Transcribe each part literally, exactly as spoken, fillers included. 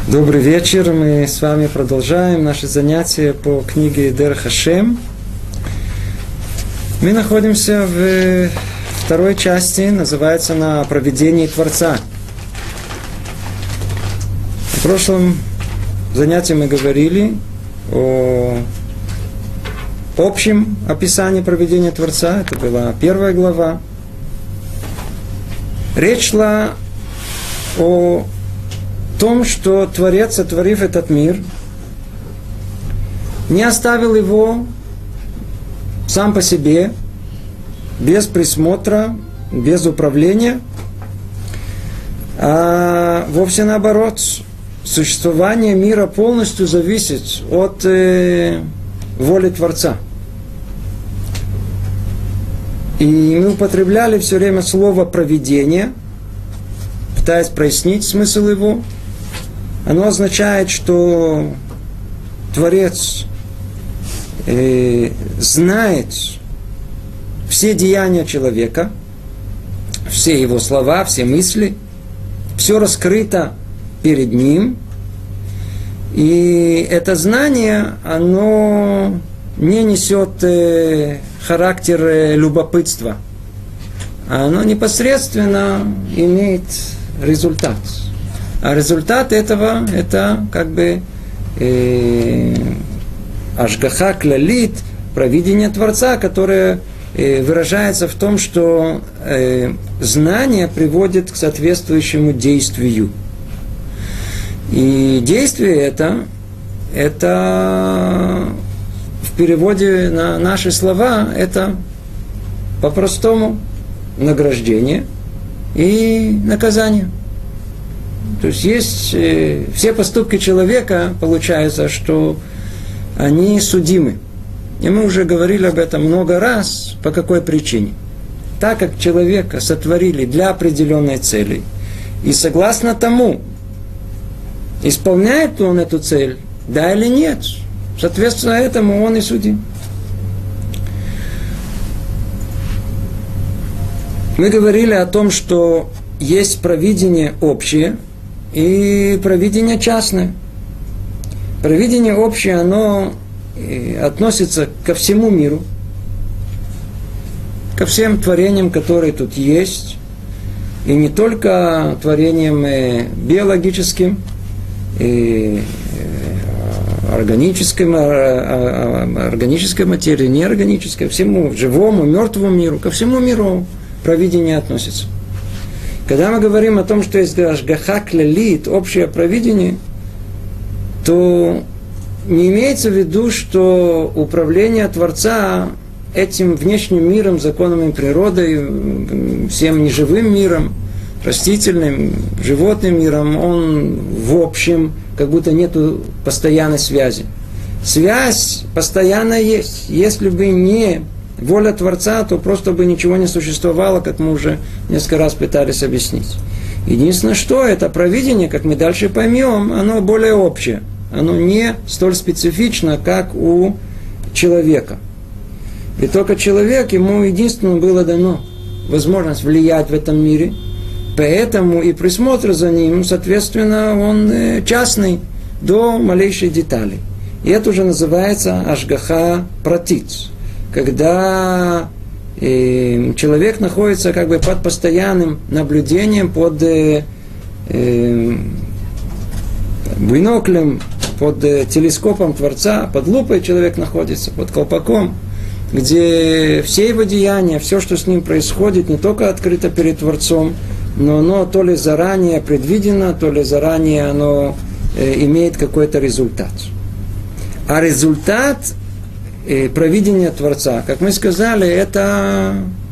Добрый вечер. Мы с вами продолжаем наши занятия по книге Дерех Хашем. Мы находимся в второй части, называется она «Провидение Творца». В прошлом занятии мы говорили о общем описании провидения Творца. Это была первая глава. Речь шла о том, что Творец, сотворив этот мир, не оставил его сам по себе, без присмотра, без управления, а вовсе наоборот. Существование мира полностью зависит от э, воли Творца. И мы употребляли все время слово «провидение», пытаясь прояснить смысл его. Оно означает, что Творец э, знает все деяния человека, все его слова, все мысли, все раскрыто перед ним. И это знание, оно не несет э, характер э, любопытства. Оно непосредственно имеет результат. А результат этого, это как бы э, ашгаха клалит, провидение Творца, которое э, выражается в том, что э, знание приводит к соответствующему действию. И действие это, это в переводе на наши слова, это по-простому награждение и наказание. То есть есть э, все поступки человека, получается, что они судимы. И мы уже говорили об этом много раз. По какой причине? Так как человека сотворили для определенной цели, и согласно тому, исполняет ли он эту цель, да или нет, соответственно этому он и судим. Мы говорили о том, что есть провидение общее и провидение частное. Провидение общее, оно относится ко всему миру, ко всем творениям, которые тут есть, и не только творениям биологическим, и органической, органической материи, неорганической, всему живому, мертвому миру, ко всему миру провидение относится. Когда мы говорим о том, что есть ашгаха клалит, общее провидение, то не имеется в виду, что управление Творца этим внешним миром, законами природы, всем неживым миром, растительным, животным миром, он в общем, как будто нету постоянной связи. Связь постоянно есть. Если бы не воля Творца, то просто бы ничего не существовало, как мы уже несколько раз пытались объяснить. Единственное, что это провидение, как мы дальше поймем, оно более общее. Оно не столь специфично, как у человека. И только человек, ему единственное было дано возможность влиять в этом мире. Поэтому и присмотр за ним, соответственно, он частный до малейшей детали. И это уже называется ашгаха пратит. Когда э, человек находится как бы под постоянным наблюдением, под э, э, биноклем, под э, телескопом Творца, под лупой человек находится, под колпаком, где все его деяния, все, что с ним происходит, не только открыто перед Творцом, но оно то ли заранее предвидено, то ли заранее оно э, имеет какой-то результат. А результат провидение Творца, как мы сказали, это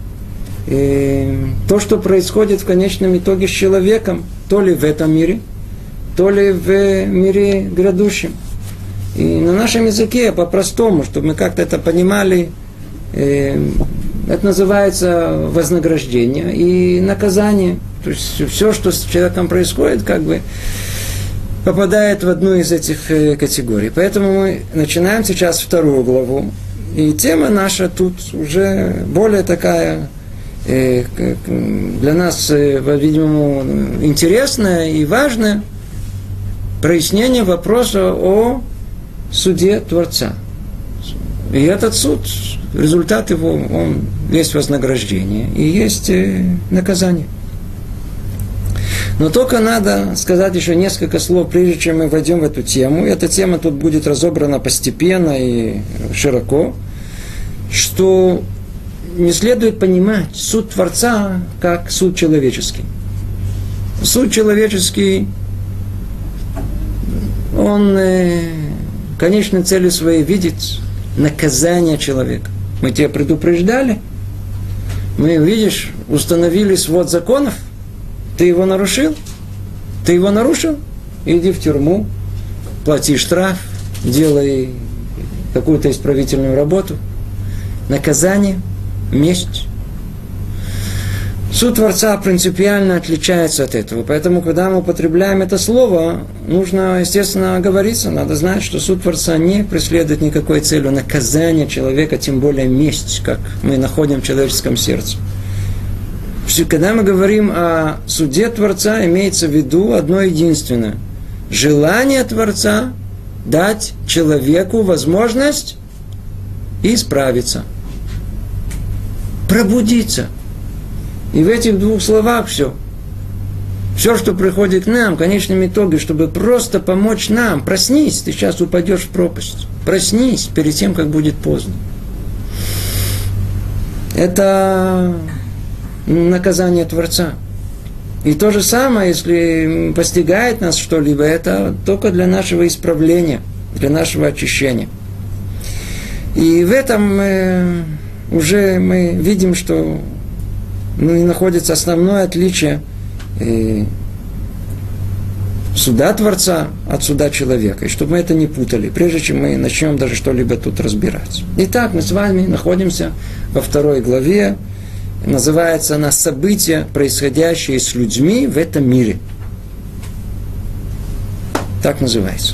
э, то, что происходит в конечном итоге с человеком, то ли в этом мире, то ли в мире грядущем. И на нашем языке по-простому, чтобы мы как-то это понимали, э, это называется вознаграждение и наказание. То есть все, что с человеком происходит, как бы попадает в одну из этих категорий. Поэтому мы начинаем сейчас вторую главу. И тема наша тут уже более такая для нас, по-видимому, интересная и важная. прояснение вопроса о суде Творца. И этот суд, результат его, он есть вознаграждение и есть наказание. Но только надо сказать еще несколько слов, прежде чем мы войдем в эту тему. Эта тема тут будет разобрана постепенно и широко, что не следует понимать суд Творца как суд человеческий. Суд человеческий, он конечной целью своей видит наказание человека. Мы тебя предупреждали, мы, видишь, установили свод законов, ты его нарушил, ты его нарушил, иди в тюрьму, плати штраф, делай какую-то исправительную работу. Наказание, месть. Суд Творца принципиально отличается от этого. Поэтому, когда мы употребляем это слово, нужно, естественно, оговориться. Надо знать, что суд Творца не преследует никакой целью наказания человека, тем более месть, как мы находим в человеческом сердце. Когда мы говорим о суде Творца, имеется в виду одно единственное. Желание Творца дать человеку возможность исправиться, пробудиться. И в этих двух словах все. Все, что приходит к нам, в конечном итоге, чтобы просто помочь нам. Проснись, ты сейчас упадешь в пропасть. Проснись перед тем, как будет поздно. Это наказание Творца. И то же самое, если постигает нас что-либо, это только для нашего исправления, для нашего очищения. И в этом э, уже мы видим, что ну, находится основное отличие э, суда Творца от суда человека. И чтобы мы это не путали, прежде чем мы начнем даже что-либо тут разбирать. Итак, мы с вами находимся во второй главе. Называется она «События, происходящие с людьми в этом мире». Так называется.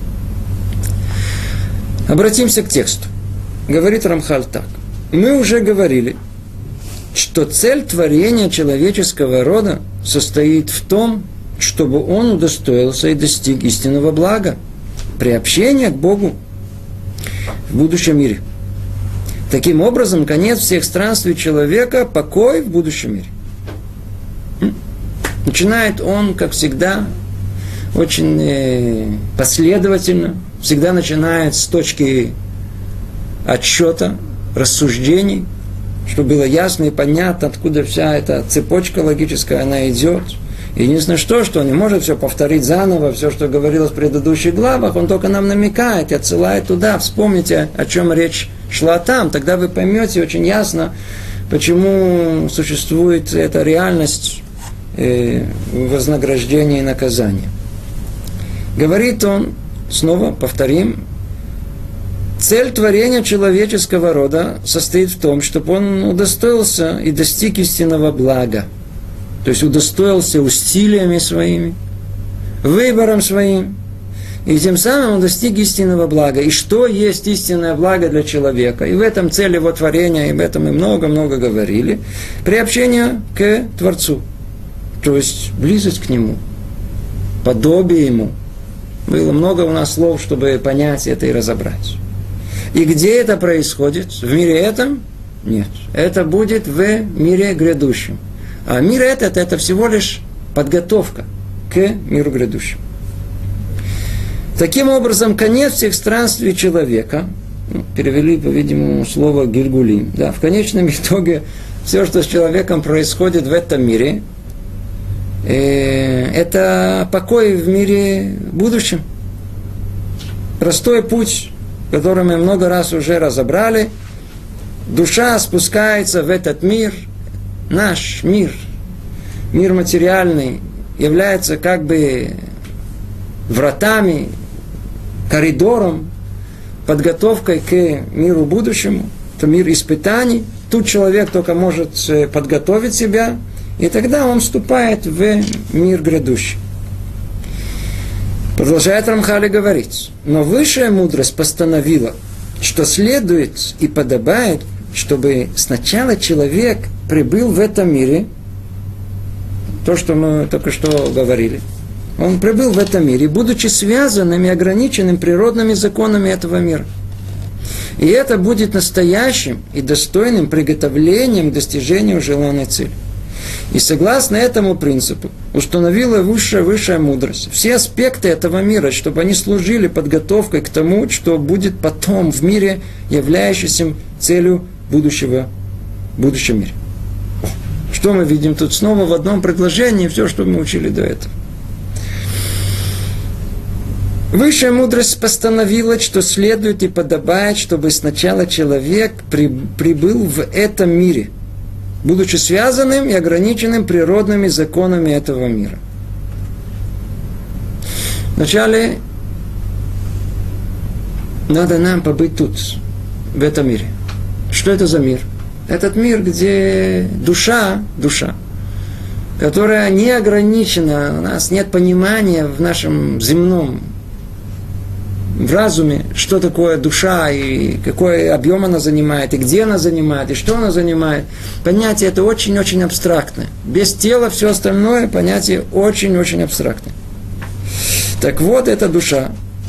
Обратимся к тексту. Говорит Рамхаль так. Мы уже говорили, что цель творения человеческого рода состоит в том, чтобы он удостоился и достиг истинного блага, приобщения к Богу в будущем мире. Таким образом, конец всех странствий человека – покой в будущем мире. Начинает он, как всегда, очень последовательно, всегда начинает с точки отсчета, рассуждений, чтобы было ясно и понятно, откуда вся эта цепочка логическая, она идет. Единственное, что, что он не может все повторить заново, все, что говорилось в предыдущих главах, он только нам намекает и отсылает туда. Вспомните, о чем речь шла там, тогда вы поймете очень ясно, почему существует эта реальность э, вознаграждения и наказания. Говорит он, снова повторим, цель творения человеческого рода состоит в том, чтобы он удостоился и достиг истинного блага. То есть удостоился усилиями своими, выбором своим, и тем самым он достиг истинного блага. И что есть истинное благо для человека? И в этом цель его творения, и об этом мы много-много говорили. Приобщение к Творцу. То есть близость к Нему, подобие Ему. Было много у нас слов, чтобы понять это и разобрать. И где это происходит? В мире этом? Нет. Это будет в мире грядущем. А мир этот, это всего лишь подготовка к миру грядущему. Таким образом, конец всех странствий человека, ну, перевели, по-видимому, слово «гильгулим», да, в конечном итоге все, что с человеком происходит в этом мире, э, это покой в мире будущем. Простой путь, который мы много раз уже разобрали. Душа спускается в этот мир. Наш мир, мир материальный, является как бы вратами, коридором, подготовкой к миру будущему. Это мир испытаний. Тут человек только может подготовить себя, и тогда он вступает в мир грядущий. Продолжает Рамхаль говорить. Но высшая мудрость постановила, что следует и подобает, чтобы сначала человек прибыл в этом мире, то, что мы только что говорили, Он прибыл в этом мире, будучи связанным и ограниченным природными законами этого мира. И это будет настоящим и достойным приготовлением к достижению желанной цели. И согласно этому принципу установила высшая, высшая мудрость все аспекты этого мира, чтобы они служили подготовкой к тому, что будет потом в мире, являющимся целью будущего, в будущем мире. Что мы видим тут снова в одном предложении, все, что мы учили до этого. Высшая мудрость постановила, что следует и подобает, чтобы сначала человек прибыл в этом мире, будучи связанным и ограниченным природными законами этого мира. Вначале надо нам побыть тут, в этом мире. Что это за мир? Этот мир, где душа, душа, которая не ограничена, у нас нет понимания в нашем земном в разуме, что такое душа, и какой объем она занимает, и где она занимает, и что она занимает. Понятие это очень-очень абстрактное. Без тела все остальное понятие очень-очень абстрактное. Так вот, эта душа,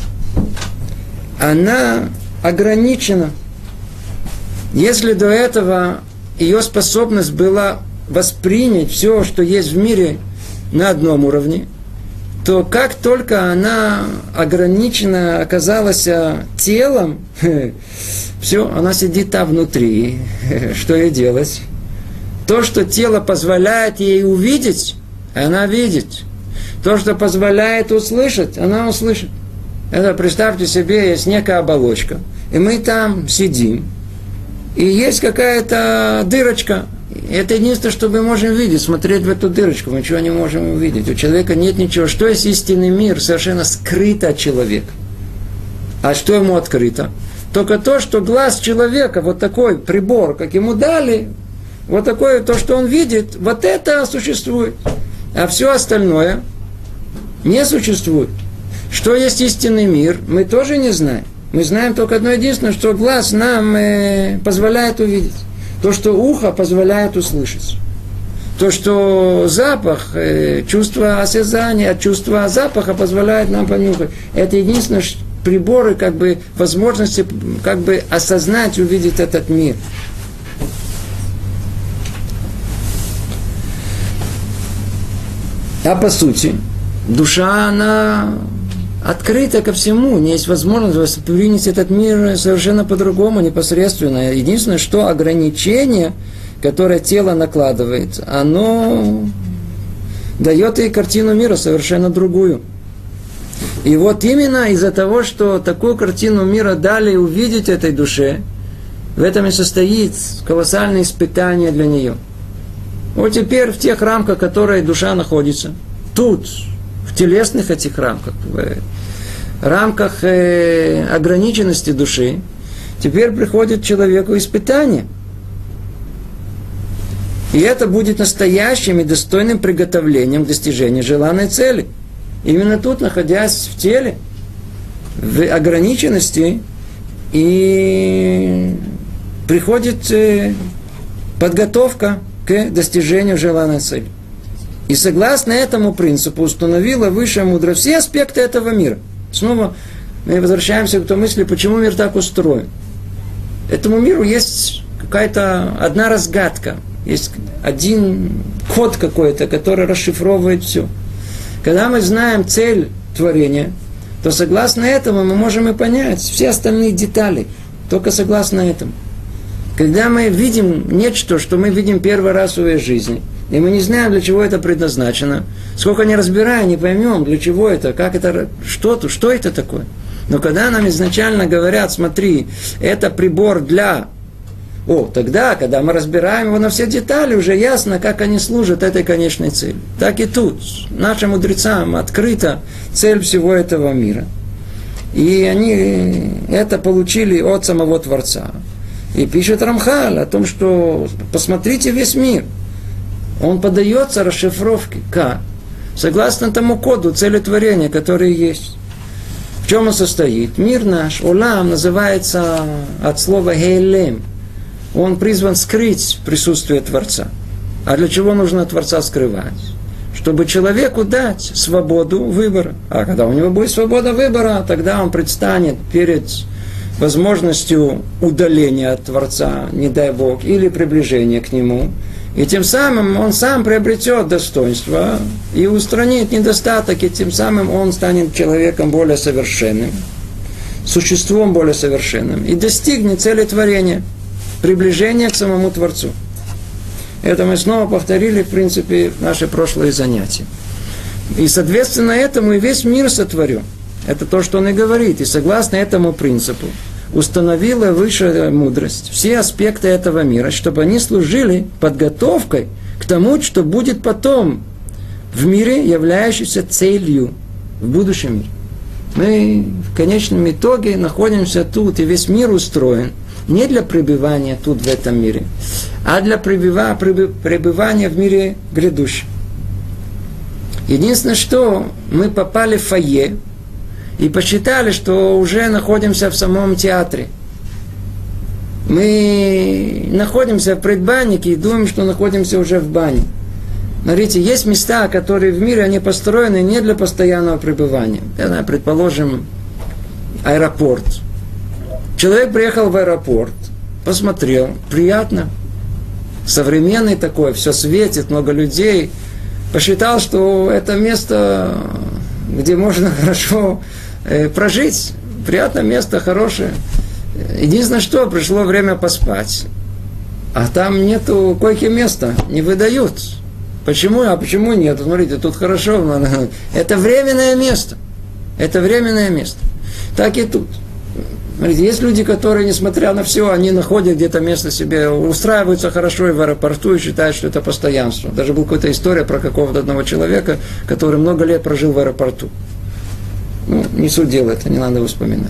она ограничена. Если до этого ее способность была воспринять все, что есть в мире, на одном уровне, то как только она ограничена оказалась телом, все, она сидит там внутри. Что ей делать? То, что тело позволяет ей увидеть, она видит. То, что позволяет услышать, она услышит. Это, представьте себе, есть некая оболочка, и мы там сидим, и есть какая-то дырочка. Это единственное, что мы можем видеть, смотреть в эту дырочку, мы ничего не можем увидеть. У человека нет ничего. Что есть истинный мир? Совершенно скрыто от человека. А что ему открыто? Только то, что глаз человека, вот такой прибор, как ему дали, вот такое, то, что он видит, вот это существует. А все остальное не существует. Что есть истинный мир, мы тоже не знаем. Мы знаем только одно единственное, что глаз нам э, позволяет увидеть. То, что ухо позволяет услышать. То, что запах, э, чувство осязания, чувство запаха позволяет нам понюхать. Это единственное приборы, как бы, возможности как бы осознать, увидеть этот мир. А по сути, душа, она открыта ко всему, у нее есть возможность воспринять этот мир совершенно по-другому, непосредственно. Единственное, что ограничение, которое тело накладывает, оно дает ей картину мира совершенно другую. И вот именно из-за того, что такую картину мира дали увидеть этой душе, в этом и состоит колоссальное испытание для нее. Вот теперь в тех рамках, в которых душа находится, тут, в телесных этих рамках, в рамках э, ограниченности души, теперь приходит человеку испытание. И это будет настоящим и достойным приготовлением к достижению желанной цели. Именно тут, находясь в теле, в ограниченности, и приходит э, подготовка к достижению желанной цели. И согласно этому принципу установила высшая мудрость все аспекты этого мира. Снова мы возвращаемся к той мысли, почему мир так устроен. Этому миру есть какая-то одна разгадка, есть один код какой-то, который расшифровывает все. Когда мы знаем цель творения, то согласно этому мы можем и понять все остальные детали. Только согласно этому. Когда мы видим нечто, что мы видим первый раз в своей жизни, и мы не знаем, для чего это предназначено, сколько не разбираем, не поймем, для чего это, как это, что тут, что это такое. Но когда нам изначально говорят, смотри, это прибор для... О, тогда, когда мы разбираем его на все детали, уже ясно, как они служат этой конечной цели. Так и тут. Нашим мудрецам открыта цель всего этого мира. И они это получили от самого Творца. И пишет Рамхаль о том, что посмотрите весь мир. Он поддается расшифровке. Как? Согласно тому коду целетворения, который есть. В чем он состоит? Мир наш, Олам, называется от слова «хейлем». Он призван скрыть присутствие Творца. А для чего нужно Творца скрывать? чтобы человеку дать свободу выбора. А когда у него будет свобода выбора, тогда он предстанет перед возможностью удаления от Творца, не дай Бог, или приближения к Нему. И тем самым он сам приобретет достоинство и устранит недостаток, и тем самым он станет человеком более совершенным, существом более совершенным, и достигнет цели творения, приближения к самому Творцу. Это мы снова повторили, в принципе, наши прошлые занятия. И, соответственно, этому и весь мир сотворен. Это то, что он и говорит. И согласно этому принципу установила высшая мудрость все аспекты этого мира, чтобы они служили подготовкой к тому, что будет потом в мире, являющейся целью в будущем мире. Мы в конечном итоге находимся тут, и весь мир устроен не для пребывания тут, в этом мире, а для пребывания в мире грядущем. Единственное, что мы попали в фойе и посчитали, что уже находимся в самом театре. Мы находимся в предбаннике и думаем, что находимся уже в бане. Смотрите, есть места, которые в мире, они построены не для постоянного пребывания. Я знаю, предположим, аэропорт. Человек приехал в аэропорт, посмотрел, приятно, современный такой, все светит, много людей. Посчитал, что это место, где можно хорошо э, прожить. Приятное место, хорошее. Единственное, что пришло время поспать. А там нету койки-места, не выдают. Почему? А почему нет? Смотрите, тут хорошо. Это временное место. Это временное место. Так и тут. Смотрите, есть люди, которые, несмотря на все, они находят где-то место себе, устраиваются хорошо и в аэропорту и считают, что это постоянство. Даже была какая-то история про какого-то одного человека, который много лет прожил в аэропорту. Ну, не суть дела, это не надо вспоминать.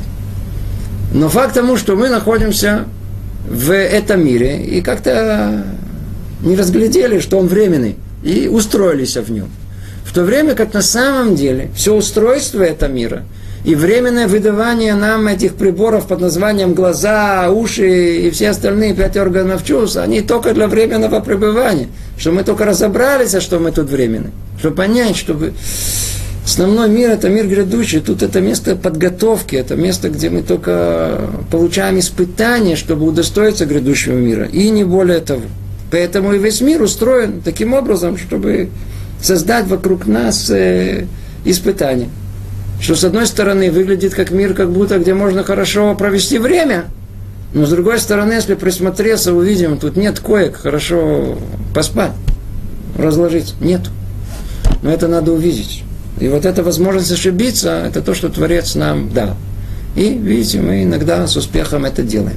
Но факт тому, что мы находимся в этом мире и как-то не разглядели, что он временный, и устроились в нем. В то время как на самом деле все устройство этого мира и временное выдавание нам этих приборов под названием глаза, уши и все остальные пять органов чувств, они только для временного пребывания. Что мы только разобрались, а что мы тут временны. Чтобы понять, чтобы основной мир – это мир грядущий. Тут это место подготовки, это место, где мы только получаем испытания, чтобы удостоиться грядущего мира. И не более того. Поэтому и весь мир устроен таким образом, чтобы создать вокруг нас э, испытания. Что с одной стороны выглядит как мир, как будто где можно хорошо провести время, но с другой стороны, если присмотреться, увидим, тут нет коек, хорошо поспать, разложить, нет. Но это надо увидеть. И вот эта возможность ошибиться, это то, что Творец нам дал. И, видите, мы иногда с успехом это делаем.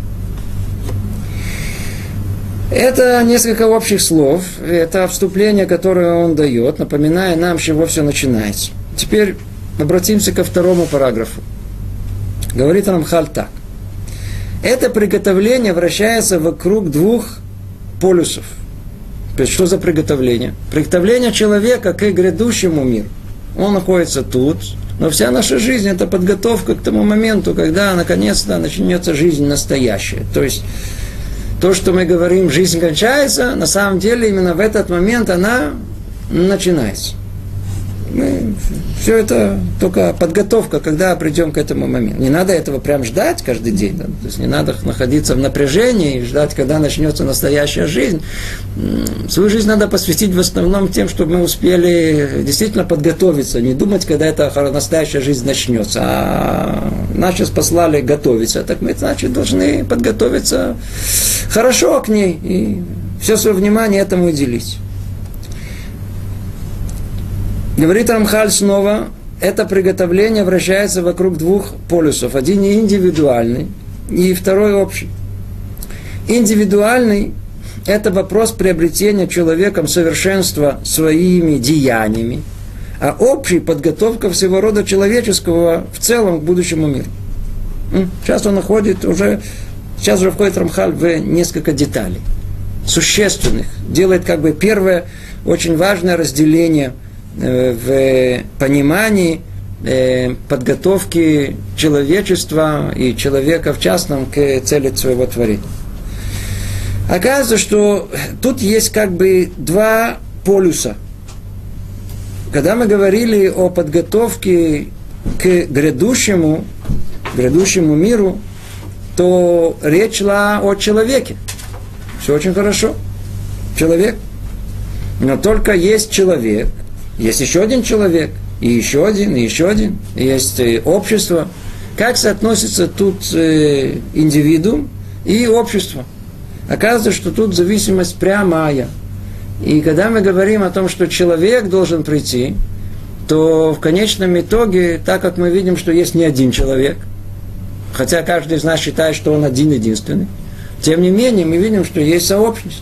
Это несколько общих слов, это вступление, которое он дает, напоминая нам, с чего все начинается. Теперь обратимся ко второму параграфу. Говорит Рамхаль так. Это приготовление вращается вокруг двух полюсов. То есть, что за приготовление? Приготовление человека к грядущему миру. Он находится тут, но вся наша жизнь – это подготовка к тому моменту, когда наконец-то начнется жизнь настоящая. То есть, то, что мы говорим, жизнь кончается, на самом деле именно в этот момент она начинается. Мы, все это только подготовка, когда придем к этому моменту. Не надо этого прям ждать каждый день. Да? То есть не надо находиться в напряжении и ждать, когда начнется настоящая жизнь. Свою жизнь надо посвятить в основном тем, чтобы мы успели действительно подготовиться. Не думать, когда эта настоящая жизнь начнется. А нас сейчас послали готовиться. Так мы, значит, должны подготовиться хорошо к ней. И все свое внимание этому уделить. Говорит Рамхаль снова, это приготовление вращается вокруг двух полюсов. Один индивидуальный и второй общий. Индивидуальный – это вопрос приобретения человеком совершенства своими деяниями, а общий – подготовка всего рода человеческого в целом к будущему миру. Сейчас он находит уже, сейчас уже входит Рамхаль в несколько деталей, существенных. Делает как бы первое очень важное разделение в понимании подготовки человечества и человека в частном к цели своего творения. Оказывается, что тут есть как бы два полюса. когда мы говорили о подготовке к грядущему, грядущему миру, то речь шла о человеке. Все очень хорошо. Человек. Но только есть человек, есть еще один человек, и еще один, и еще один, есть общество. Как соотносится тут индивидуум и общество? Оказывается, что тут зависимость прямая. И когда мы говорим о том, что человек должен прийти, то в конечном итоге, так как мы видим, что есть не один человек, хотя каждый из нас считает, что он один-единственный, тем не менее мы видим, что есть сообщность.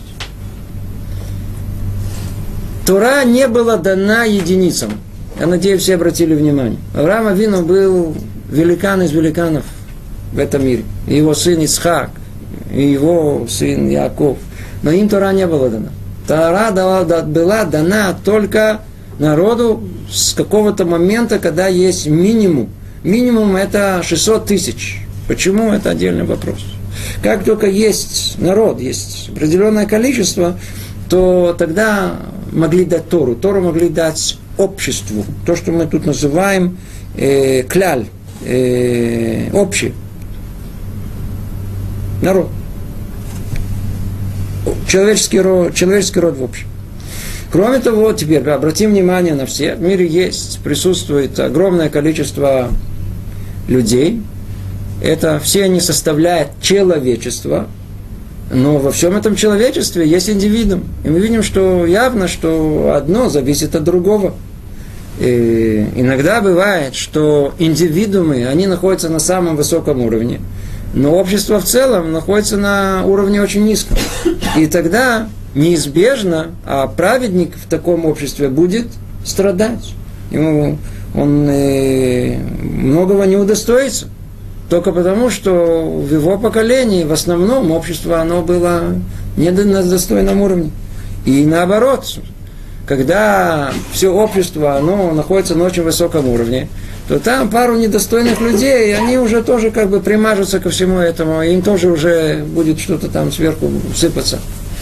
Тора не была дана единицам. Я надеюсь, все обратили внимание. Авраам Авину был великан из великанов в этом мире. И его сын Ицхак, и его сын Яков. Но им Тора не была дана. Тора была дана только народу с какого-то момента, когда есть минимум. Минимум это шестьсот тысяч. Почему? Это отдельный вопрос. Как только есть народ, есть определенное количество, то тогда могли дать Тору. Тору могли дать обществу. То, что мы тут называем э, кляль, э, общий. Народ. Человеческий род, человеческий род в общем. Кроме того, теперь обратим внимание на всех. В мире есть, присутствует огромное количество людей. Это все они составляют человечество. Но во всем этом человечестве есть индивидуум. И мы видим, что явно, что одно зависит от другого. И иногда бывает, что индивидуумы, они находятся на самом высоком уровне, но общество в целом находится на уровне очень низком. И тогда неизбежно, а праведник в таком обществе будет страдать. Ему он э, многого не удостоится. Только потому, что в его поколении в основном общество оно было не на достойном уровне. И наоборот, когда все общество оно находится на очень высоком уровне, то там пару недостойных людей, и они уже тоже как бы примажутся ко всему этому, и им тоже уже будет что-то там сверху сыпаться.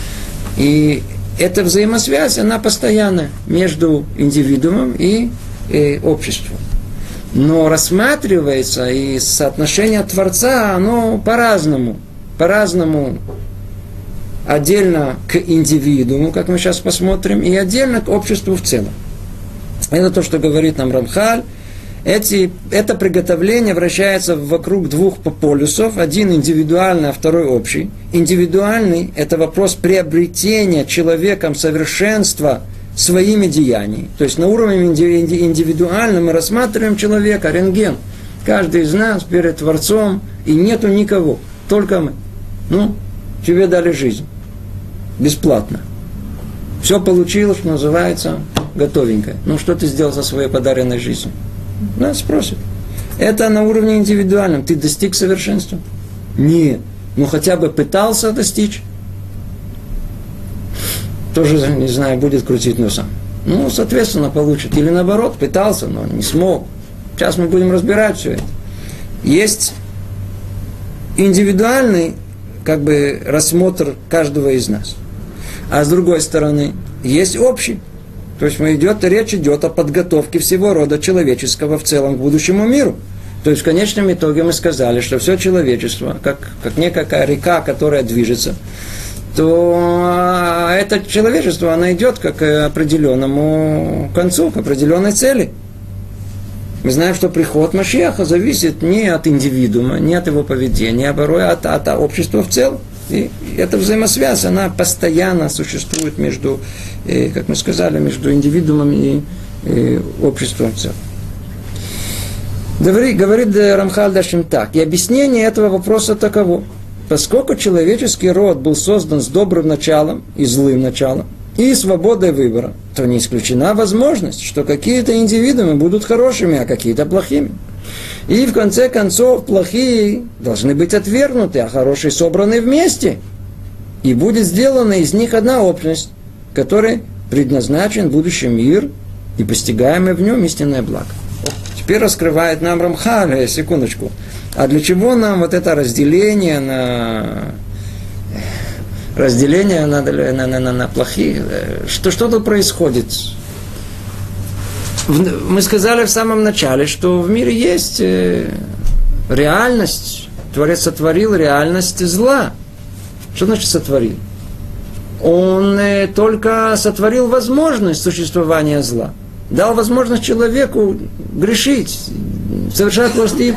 И эта взаимосвязь, она постоянная между индивидуумом и, и обществом. Но рассматривается и соотношение Творца, оно по-разному. По-разному отдельно к индивидууму, как мы сейчас посмотрим, и отдельно к обществу в целом. Это то, что говорит нам Рамхаль. Эти, это приготовление вращается вокруг двух полюсов. Один индивидуальный, а второй общий. Индивидуальный – это вопрос приобретения человеком совершенства своими деяниями. То есть на уровне индивидуальном мы рассматриваем человека, рентген. Каждый из нас перед Творцом, и нету никого, только мы. Ну, тебе дали жизнь. Бесплатно. Все получилось, что называется, готовенькое. Ну, что ты сделал со своей подаренной жизнью? Нас спросят. Это на уровне индивидуальном. Ты достиг совершенства? Нет. Ну, хотя бы пытался достичь. Тоже, не знаю, будет крутить носом. Ну, соответственно, получит. Или наоборот, пытался, но не смог. Сейчас мы будем разбирать все это. Есть индивидуальный, как бы, рассмотр каждого из нас. А с другой стороны, есть общий. То есть идет, речь идет о подготовке всего рода человеческого в целом к будущему миру. То есть в конечном итоге мы сказали, что все человечество, как, как некая река, которая движется, то это человечество, оно идет как к определенному концу, к определенной цели. Мы знаем, что приход Машиаха зависит не от индивидуума, не от его поведения, а порой от, от общества в целом. И эта взаимосвязь, она постоянно существует между, как мы сказали, между индивидуумом и обществом в целом. Говорит, говорит Рамхаль дальше так. И объяснение этого вопроса таково. Поскольку человеческий род был создан с добрым началом и злым началом, и свободой выбора, то не исключена возможность, что какие-то индивидуумы будут хорошими, а какие-то плохими. И в конце концов плохие должны быть отвергнуты, а хорошие собраны вместе. И будет сделана из них одна общность, которой предназначен будущий мир и постигаемое в нем истинное благо. Теперь раскрывает нам Рамхаль, секундочку. А для чего нам вот это разделение на разделение на, на, на, на, на плохие? Что, что тут происходит? Мы сказали в самом начале, что в мире есть реальность. Творец сотворил реальность зла. Что значит сотворил? Он только сотворил возможность существования зла. Дал возможность человеку грешить, совершать плохие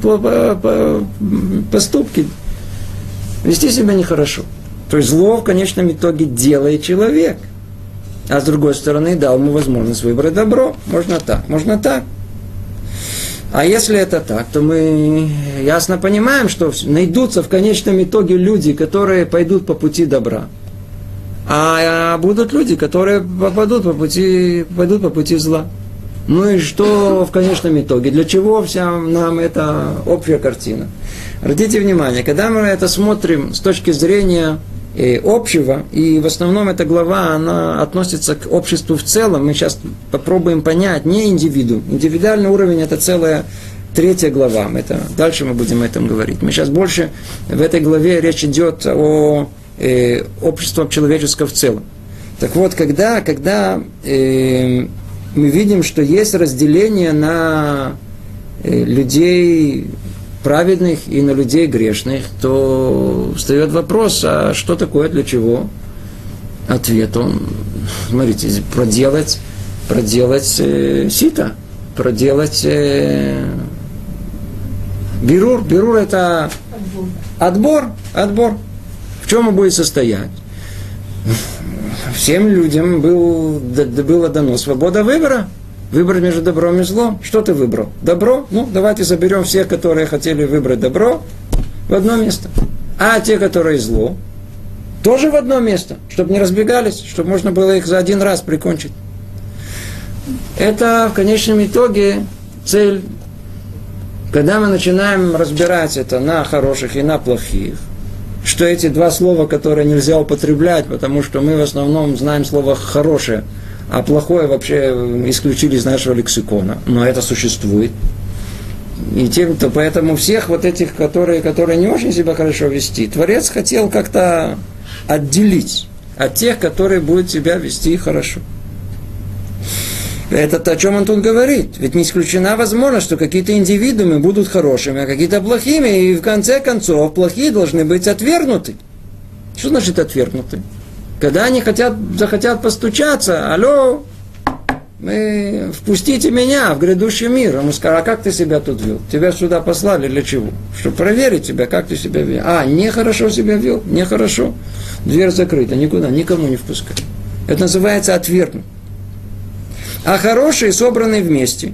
поступки, вести себя нехорошо. То есть зло в конечном итоге делает человек. А с другой стороны, дал ему возможность выбрать добро. Можно так, можно так. А если это так, то мы ясно понимаем, что найдутся в конечном итоге люди, которые пойдут по пути добра. А будут люди, которые попадут по пути, пойдут по пути зла. Ну и что в конечном итоге? Для чего вся нам эта общая картина? Обратите внимание, когда мы это смотрим с точки зрения э, общего, и в основном эта глава, она относится к обществу в целом, мы сейчас попробуем понять, не индивиду. Индивидуальный уровень – это целая третья глава. Это, дальше мы будем о этом говорить. Мы сейчас больше в этой главе речь идет о э, обществе человеческом в целом. Так вот, когда, когда э, мы видим, что есть разделение на э, людей праведных и на людей грешных, то встает вопрос, а что такое, для чего? Ответ он, смотрите, проделать, проделать э, сито, проделать э, бирур. Бирур это отбор, отбор. В чем он будет состоять? Всем людям был, было дано свобода выбора. Выбрать между добром и злом. Что ты выбрал? Добро? Ну, давайте заберем всех, которые хотели выбрать добро, в одно место. А те, которые зло, тоже в одно место, чтобы не разбегались, чтобы можно было их за один раз прикончить. Это в конечном итоге цель. Когда мы начинаем разбирать это на хороших и на плохих, что эти два слова, которые нельзя употреблять, потому что мы в основном знаем слово «хорошее», а плохое вообще исключили из нашего лексикона. Но это существует. И тем, то поэтому всех вот этих, которые, которые не очень себя хорошо вести, Творец хотел как-то отделить от тех, которые будут себя вести хорошо. Это о чем он тут говорит. Ведь не исключена возможность, что какие-то индивидуумы будут хорошими, а какие-то плохими, и в конце концов плохие должны быть отвергнуты. Что значит отвергнуты? Когда они хотят, захотят постучаться, алло, мы, впустите меня в грядущий мир. Ему скажут, а как ты себя тут вел? Тебя сюда послали для чего? Чтобы проверить тебя, как ты себя вел. А, нехорошо себя вел? Нехорошо. Дверь закрыта, никуда, никому не впускай. Это называется отвергнут. А хорошие собраны вместе,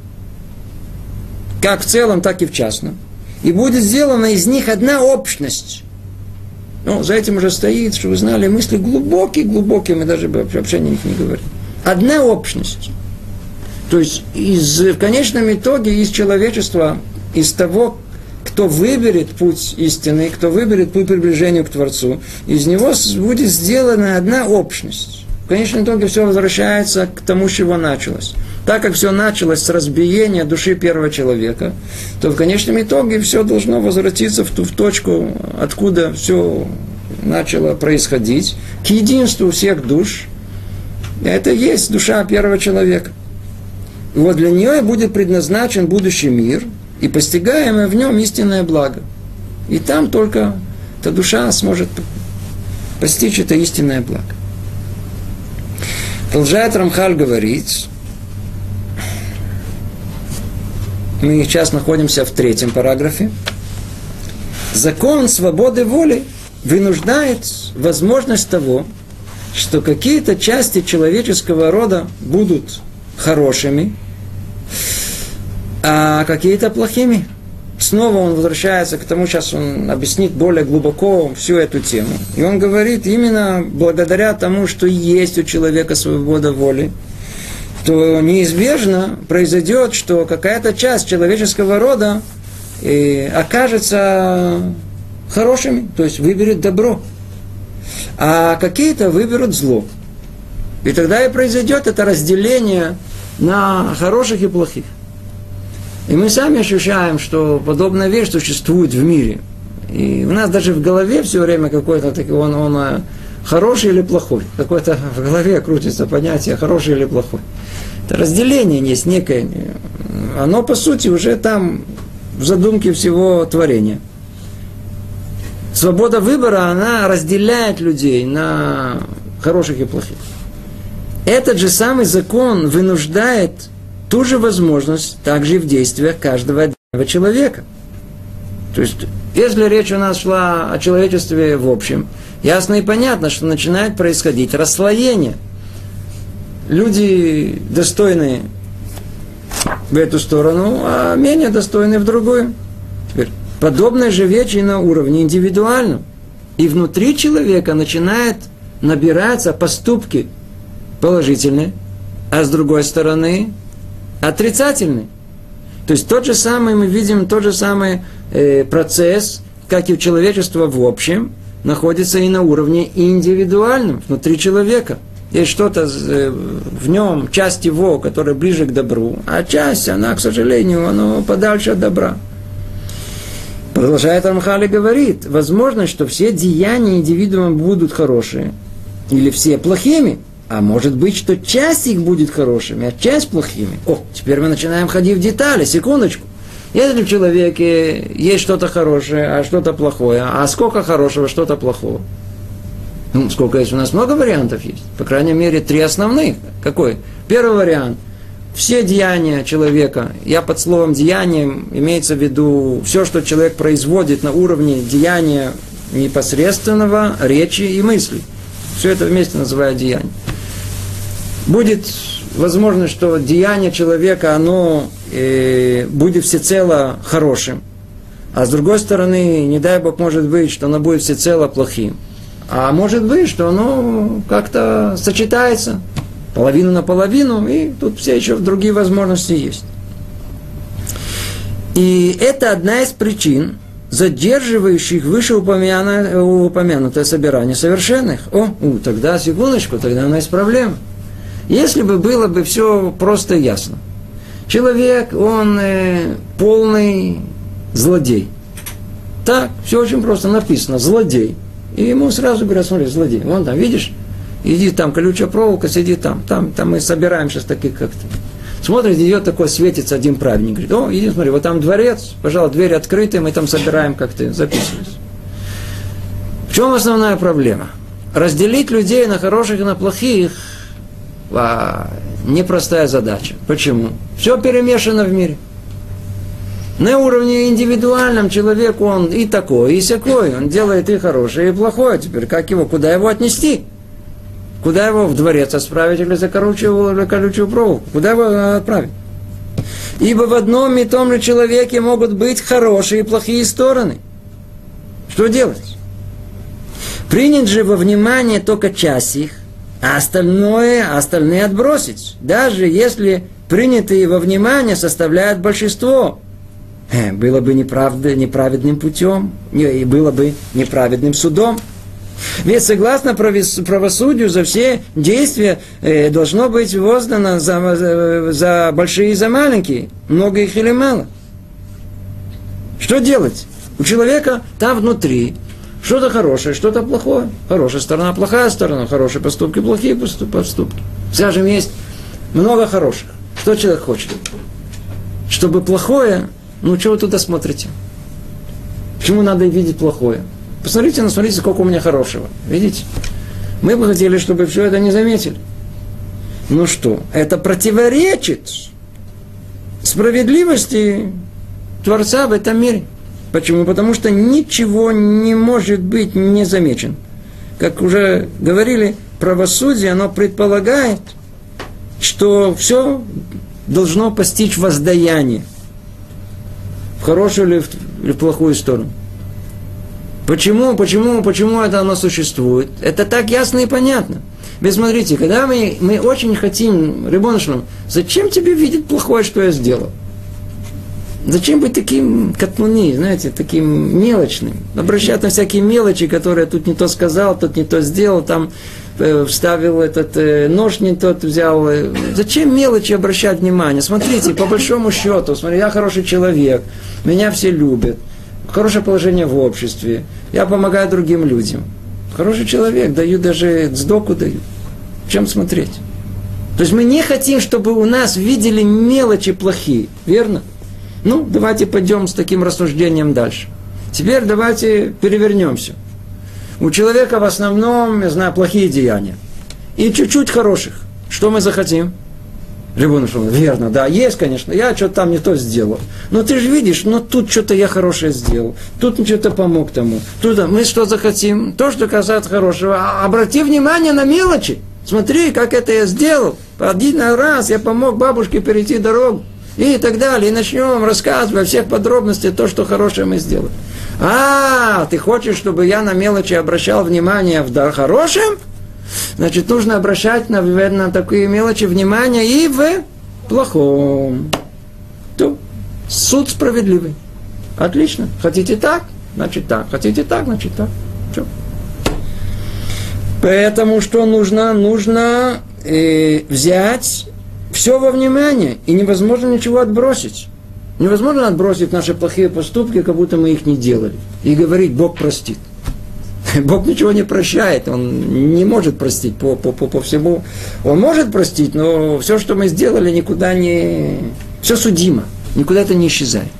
как в целом, так и в частном. И будет сделана из них одна общность. Ну, за этим уже стоит, что вы знали, мысли глубокие-глубокие, мы даже вообще о них не говорим. Одна общность. То есть, из, в конечном итоге из человечества, из того, кто выберет путь истины, кто выберет путь приближения к Творцу, из него будет сделана одна общность. В конечном итоге все возвращается к тому, с чего началось. Так как все началось с разбиения души первого человека, то в конечном итоге все должно возвратиться в ту в точку, откуда все начало происходить, к единству всех душ. Это и есть душа первого человека. И вот для нее будет предназначен будущий мир, и постигаемое в нем истинное благо. И там только эта душа сможет постичь это истинное благо. Продолжает Рамхаль говорить, мы сейчас находимся в третьем параграфе, закон свободы воли вынуждает возможность того, что какие-то части человеческого рода будут хорошими, а какие-то плохими. Снова он возвращается к тому, сейчас он объяснит более глубоко всю эту тему. И он говорит, именно благодаря тому, что есть у человека свобода воли, то неизбежно произойдет, что какая-то часть человеческого рода э, окажется хорошими, то есть выберет добро, а какие-то выберут зло. И тогда и произойдет это разделение на хороших и плохих. И мы сами ощущаем, что подобная вещь существует в мире. И у нас даже в голове все время какой-то такой, он, он хороший или плохой. Какое-то в голове крутится понятие хороший или плохой. Это разделение есть некое. Оно, по сути, уже там в задумке всего творения. Свобода выбора, она разделяет людей на хороших и плохих. Этот же самый закон вынуждает ту же возможность также и в действиях каждого отдельного человека. То есть, если речь у нас шла о человечестве в общем, ясно и понятно, что начинает происходить расслоение. Люди достойные в эту сторону, а менее достойные в другую. Теперь, подобная же вещь и на уровне индивидуальном. И внутри человека начинает набираться поступки положительные, а с другой стороны отрицательные. То есть тот же самый, мы видим тот же самый э, процесс, как и у человечества в общем, находится и на уровне индивидуальном, внутри человека. Есть что-то в нем, часть его, которая ближе к добру, а часть, она, к сожалению, она подальше от добра. Продолжает Рамхаль и говорит, возможно, что все деяния индивидуума будут хорошие, или все плохими, а может быть, что часть их будет хорошими, а часть плохими. О, теперь мы начинаем ходить в детали, секундочку. Если в человеке есть что-то хорошее, а что-то плохое, а сколько хорошего, что-то плохого? Ну, сколько есть? У нас много вариантов есть. По крайней мере, три основных. Какой? Первый вариант. Все деяния человека, я под словом деянием имеется в виду все, что человек производит на уровне деяния непосредственного, речи и мысли. Все это вместе называют деянием. Будет возможно, что деяние человека, оно э, будет всецело хорошим. А с другой стороны, не дай Бог, может быть, что оно будет всецело плохим. А может быть, что оно как-то сочетается половину на половину, и тут все еще другие возможности есть. И это одна из причин, задерживающих вышеупомянутое собирание совершенных. О, у, тогда, секундочку, тогда у нас есть проблема. Если бы было бы все просто и ясно. Человек, он э, полный злодей. Так, все очень просто написано, злодей. И ему сразу говорят, смотри, злодей, вон там, видишь, иди там, колючая проволока, сиди там, там, там мы собираем сейчас таких, как ты. Смотрит, идет такой, светится один праведник, говорит, о, иди, смотри, вот там дворец, пожалуйста, двери открыты, мы там собираем, как ты, записывайся. В чем основная проблема? Разделить людей на хороших и на плохих, а, непростая задача. Почему? Все перемешано в мире. На уровне индивидуальном человек, он и такой, и сякой. Он делает и хорошее, и плохое. Теперь как его, куда его отнести? Куда его в дворец отправить или за колючую, или колючую проволоку? Куда его отправить? Ибо в одном и том же человеке могут быть хорошие и плохие стороны. Что делать? Принять же во внимание только часть их, а остальное, а остальные отбросить. Даже если принятые во внимание составляют большинство. Было бы неправда, неправедным путем, и было бы неправедным судом. Ведь согласно правосудию за все действия э, должно быть воздано за, за, за большие и за маленькие, много их или мало. Что делать? У человека там внутри что-то хорошее, что-то плохое. Хорошая сторона, плохая сторона, хорошие поступки, плохие поступки. Скажем, есть много хороших. Что человек хочет? Чтобы плохое. Ну, что вы туда смотрите? Почему надо видеть плохое? Посмотрите, насмотрите, сколько у меня хорошего. Видите? Мы бы хотели, чтобы все это не заметили. Ну что? Это противоречит справедливости Творца в этом мире. Почему? Потому что ничего не может быть незамечен. Как уже говорили, правосудие, оно предполагает, что все должно постичь воздаяние. В хорошую или в, или в плохую сторону. Почему, почему, почему это оно существует? Это так ясно и понятно. Ведь смотрите, когда мы, мы очень хотим, Рибоно шель олам, зачем тебе видеть плохое, что я сделал? Зачем быть таким катмуни, знаете, таким мелочным? Обращать на всякие мелочи, которые тут не то сказал, тут не то сделал, там э, вставил этот э, нож не тот взял. Э. Зачем мелочи обращать внимание? Смотрите, по большому счету, смотри, я хороший человек, меня все любят, хорошее положение в обществе, я помогаю другим людям. Хороший человек, даю даже цдоку даю. Чем смотреть? То есть мы не хотим, чтобы у нас видели мелочи плохие. Верно? Ну, давайте пойдем с таким рассуждением дальше. Теперь давайте перевернемся. У человека в основном, я знаю, плохие деяния. И чуть-чуть хороших. Что мы захотим? Рибону шелом, верно, да, есть, конечно, я что-то там не то сделал. Но ты же видишь, ну тут что-то я хорошее сделал, тут что-то помог тому. Тут мы что захотим? То, что касается хорошего. А обрати внимание на мелочи. Смотри, как это я сделал. Один раз я помог бабушке перейти дорогу. И так далее. И начнем рассказывать во всех подробностях то, что хорошее мы сделали. А, ты хочешь, чтобы я на мелочи обращал внимание в хорошем? Значит, нужно обращать на, на такие мелочи внимание и в плохом. То суд справедливый. Отлично. Хотите так? Значит так. Хотите так? Значит так. Что? Поэтому что нужно? Нужно э, взять все во внимание. И невозможно ничего отбросить. Невозможно отбросить наши плохие поступки, как будто мы их не делали. И говорить, Бог простит. Бог ничего не прощает, Он не может простить по, по, по, по всему. Он может простить, но все, что мы сделали, никуда не... Все судимо, никуда это не исчезает.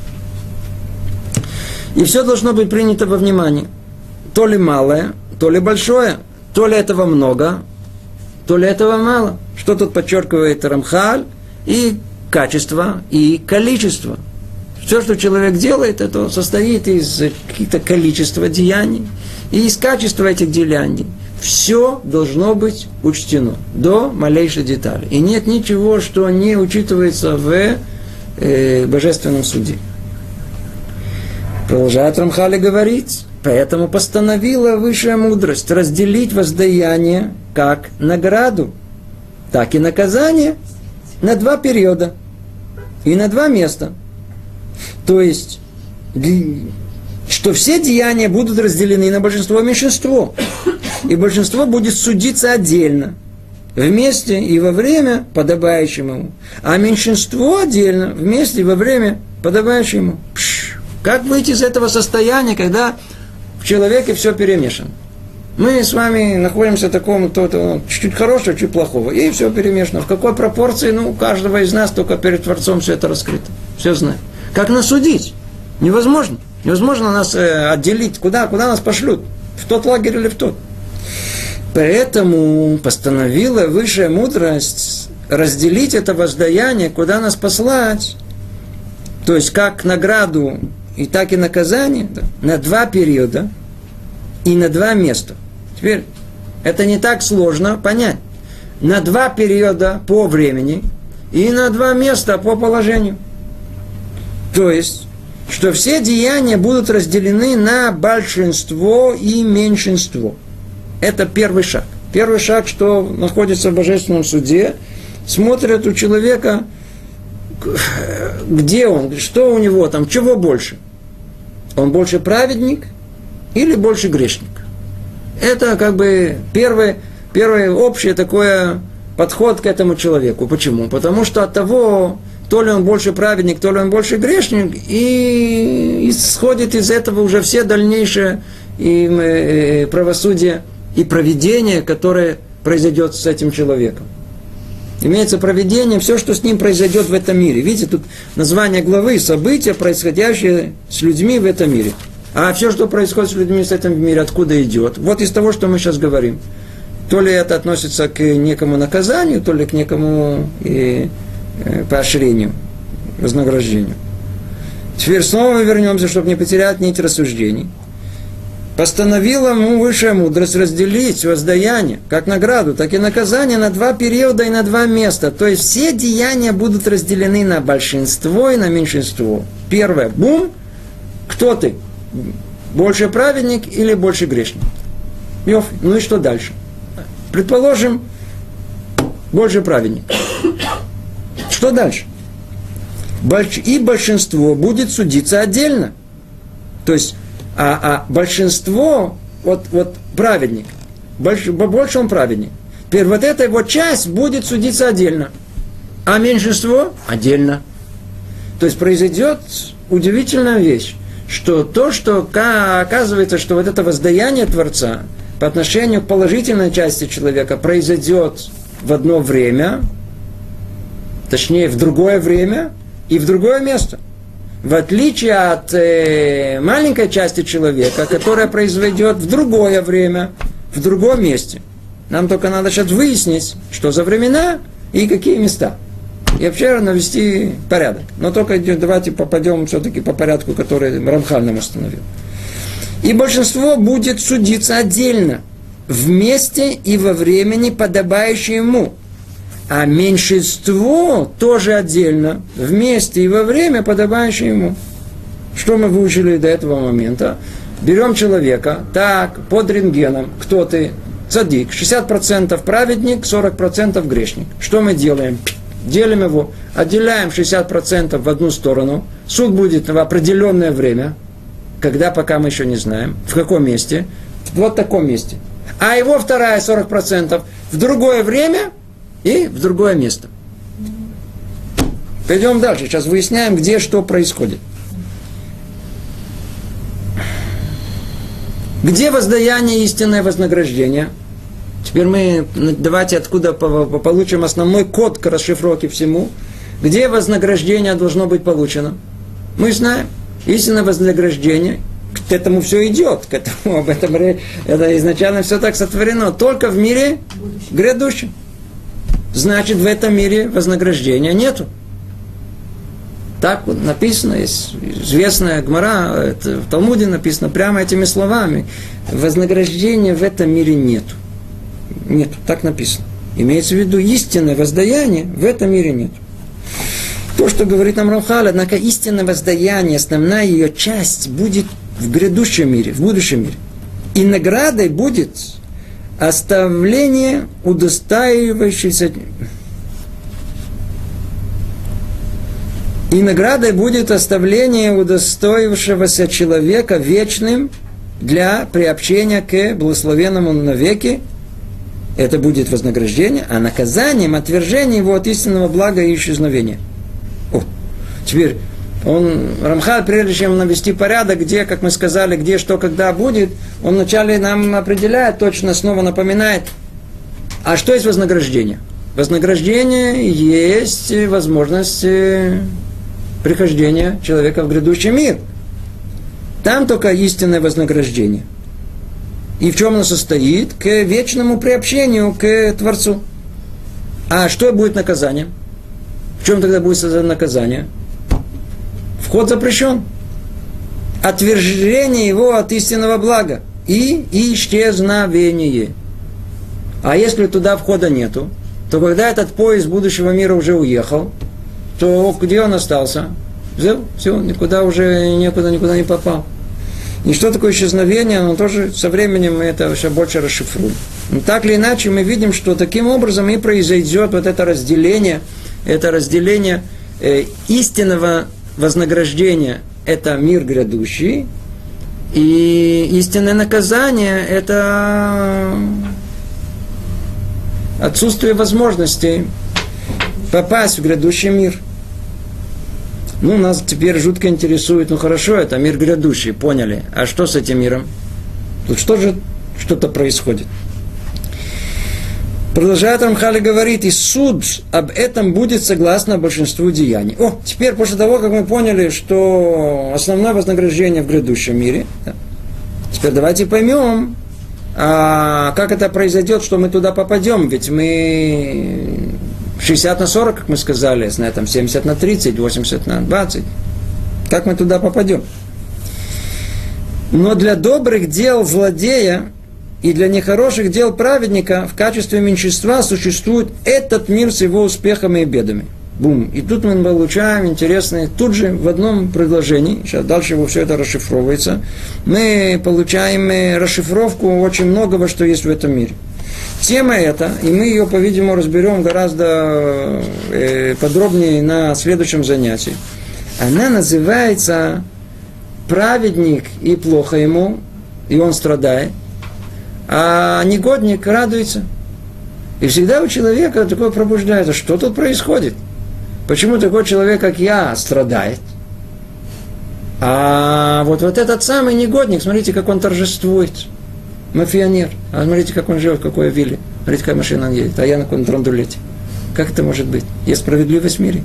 И все должно быть принято во внимание. То ли малое, то ли большое, то ли этого много, то ли этого мало. Что тут подчеркивает Рамхаль? И качество, и количество. Все, что человек делает, это состоит из каких-то количества деяний и из качества этих деяний. Все должно быть учтено до малейшей детали. И нет ничего, что не учитывается в э, божественном суде. Продолжает Рамхаль говорить, поэтому постановила высшая мудрость разделить воздаяние как награду, так и наказание на два периода и на два места. То есть, что все деяния будут разделены на большинство и меньшинство. И большинство будет судиться отдельно, вместе и во время, подобающим ему. А меньшинство отдельно, вместе и во время, подобающим ему. Пш, как выйти из этого состояния, когда в человеке все перемешано? Мы с вами находимся в таком, то, то, чуть-чуть хорошего, чуть плохого. И все перемешано. В какой пропорции? Ну, у каждого из нас только перед Творцом все это раскрыто. Все знает. Как нас судить? Невозможно. Невозможно нас э, отделить. Куда? Куда нас пошлют? В тот лагерь или в тот? Поэтому постановила высшая мудрость разделить это воздаяние, куда нас послать. То есть, как награду, и так и наказание, да, на два периода и на два места. Теперь, это не так сложно понять. На два периода по времени и на два места по положению. То есть, что все деяния будут разделены на большинство и меньшинство. Это первый шаг. Первый шаг, что находится в Божественном суде, смотрят у человека, где он, что у него там, чего больше. Он больше праведник или больше грешник. Это как бы первый, первый общий такой подход к этому человеку. Почему? Потому что от того, то ли он больше праведник, то ли он больше грешник, и исходит из этого уже все дальнейшие и, и, правосудие и провидение, которое произойдет с этим человеком. Имеется провидение, все, что с ним произойдет в этом мире. Видите, тут название главы, события, происходящие с людьми в этом мире. А все, что происходит с людьми в этом мире, откуда идет? Вот из того, что мы сейчас говорим. То ли это относится к некому наказанию, то ли к некому и, э, поощрению, вознаграждению. Теперь снова мы вернемся, чтобы не потерять нить рассуждений. Постановила ему высшая мудрость разделить воздаяние, как награду, так и наказание на два периода и на два места. То есть все деяния будут разделены на большинство и на меньшинство. Первое. Бум. Кто ты? Больше праведник или больше грешник? Йоф. Ну и что дальше? Предположим, больше праведник. Что дальше? И большинство будет судиться отдельно. То есть А, а большинство, вот, вот праведник, больше, больше он праведник. Теперь вот эта вот часть будет судиться отдельно, а меньшинство отдельно. То есть произойдет удивительная вещь, что то, что оказывается, что вот это воздаяние Творца по отношению к положительной части человека произойдет в одно время, точнее, в другое время и в другое место. В отличие от э, маленькой части человека, которая произойдет в другое время, в другом месте. Нам только надо сейчас выяснить, что за времена и какие места. И вообще навести порядок. Но только давайте попадем все-таки по порядку, который Рамхаль нам установил. И большинство будет судиться отдельно, в месте и во времени, подобающее ему. А меньшинство тоже отдельно, в месте и во время, подобающее ему. Что мы выучили до этого момента? Берем человека, так, под рентгеном, кто ты? Цадик, шестьдесят процентов праведник, сорок процентов грешник. Что мы делаем? Делим его, отделяем шестьдесят процентов в одну сторону. Суд будет в определенное время, когда пока мы еще не знаем, в каком месте, вот в таком месте. А его вторая сорок процентов в другое время и в другое место. Пойдем дальше, сейчас выясняем, где что происходит. Где воздаяние истинное вознаграждение? Теперь мы давайте откуда получим основной код к расшифровке всему. Где вознаграждение должно быть получено? Мы знаем. Истинное вознаграждение. К этому все идет. К этому, об этом это изначально все так сотворено. Только в мире грядущем. Значит, в этом мире вознаграждения нету. Так вот написано, есть известная Гмара, это в Талмуде написано прямо этими словами. Вознаграждения в этом мире нету. Нет, так написано. Имеется в виду истинное воздаяние в этом мире нет. То, что говорит нам Рамхаль, однако истинное воздаяние, основная ее часть будет в грядущем мире, в будущем мире. И наградой будет оставление удостаивающейся... И наградой будет оставление удостоившегося человека вечным для приобщения к благословенному навеки. Это будет вознаграждение, а наказанием отвержение его от истинного блага и исчезновения. О, теперь он, Рамхаль, прежде чем навести порядок, где, как мы сказали, где, что, когда будет, он вначале нам определяет, точно снова напоминает, а что есть вознаграждение? Вознаграждение есть возможность прихождения человека в грядущий мир. Там только истинное вознаграждение. И в чем оно состоит? К вечному приобщению к Творцу. А что будет наказанием? В чем тогда будет наказание? Вход запрещен. Отвержение его от истинного блага. И исчезновение. А если туда входа нету, то когда этот поезд будущего мира уже уехал, то где он остался? Все, все, никуда уже никуда, никуда не попал. И что такое исчезновение, но тоже со временем мы это все больше расшифруем. Но так или иначе мы видим, что таким образом и произойдет вот это разделение, это разделение э, истинного вознаграждения, это мир грядущий, и истинное наказание, это отсутствие возможности попасть в грядущий мир. Ну, нас теперь жутко интересует, ну хорошо, это мир грядущий, поняли. А что с этим миром? Тут что же что-то происходит? Продолжает Рамхаль говорит, и суд об этом будет согласно большинству деяний. О, теперь после того, как мы поняли, что основное вознаграждение в грядущем мире, да, теперь давайте поймем, а как это произойдет, что мы туда попадем. Ведь мы шестьдесят на сорок, как мы сказали, на этом семьдесят на тридцать, восемьдесят на двадцать. Как мы туда попадем? Но для добрых дел злодея и для нехороших дел праведника в качестве меньшинства существует этот мир с его успехами и бедами. Бум. И тут мы получаем интересное, тут же в одном предложении, сейчас дальше его все это расшифровывается, мы получаем расшифровку очень многого, что есть в этом мире. Тема эта, и мы ее, по-видимому, разберем гораздо э, подробнее на следующем занятии. Она называется «Праведник и плохо ему, и он страдает, а негодник радуется». И всегда у человека такое пробуждается, что тут происходит? Почему такой человек, как я, страдает? А вот, вот этот самый негодник, смотрите, как он торжествует. Мафионер. А смотрите, как он живет, в какой вилле. Смотрите, какая машина едет, а я на каком-то драндулете. Как это может быть? Есть справедливость в мире.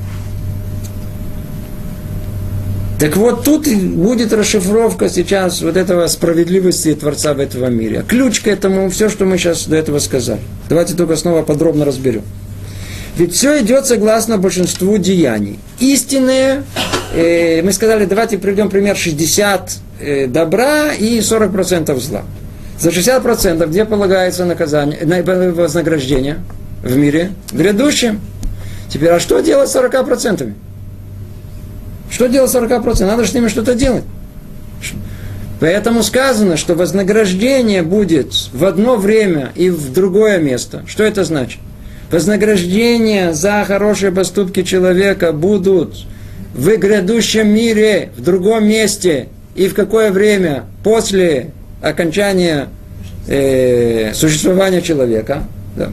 Так вот, тут будет расшифровка сейчас вот этого справедливости Творца в этом мире. А ключ к этому, все, что мы сейчас до этого сказали. Давайте только снова подробно разберем. Ведь все идет согласно большинству деяний. Истинные, э, мы сказали, давайте приведем пример шестьдесят э, добра и сорок процентов зла. За шестьдесят процентов где полагается наказание, вознаграждение в мире грядущем? Теперь, а что делать с сорока процентами? Что делать с сорока процентами? Надо же с ними что-то делать. Поэтому сказано, что вознаграждение будет в одно время и в другое место. Что это значит? Вознаграждения за хорошие поступки человека будут в грядущем мире, в другом месте и в какое время после окончания э, существования человека. Да.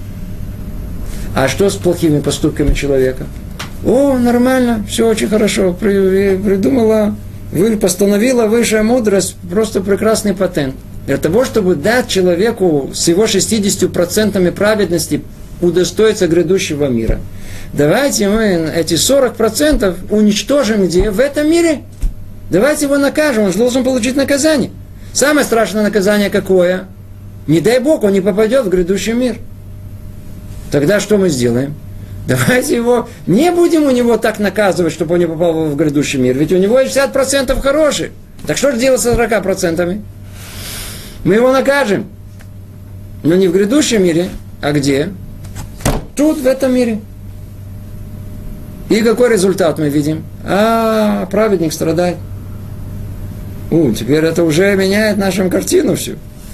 А что с плохими поступками человека? О, нормально, все очень хорошо, придумала, постановила высшая мудрость, просто прекрасный патент. Для того, чтобы дать человеку с его шестьдесятью процентами праведности удостоиться грядущего мира, давайте мы эти сорок процентов уничтожим где? В этом мире. Давайте его накажем, он же должен получить наказание. Самое страшное наказание какое? Не дай Бог, он не попадет в грядущий мир. Тогда что мы сделаем? Давайте его, не будем у него так наказывать, чтобы он не попал в грядущий мир. Ведь у него шестьдесят процентов хорошие. Так что же делать с сорока процентами? Мы его накажем. Но не в грядущем мире, а где? Тут, в этом мире. И какой результат мы видим? А, праведник страдает. У, теперь это уже меняет нашу картину всю.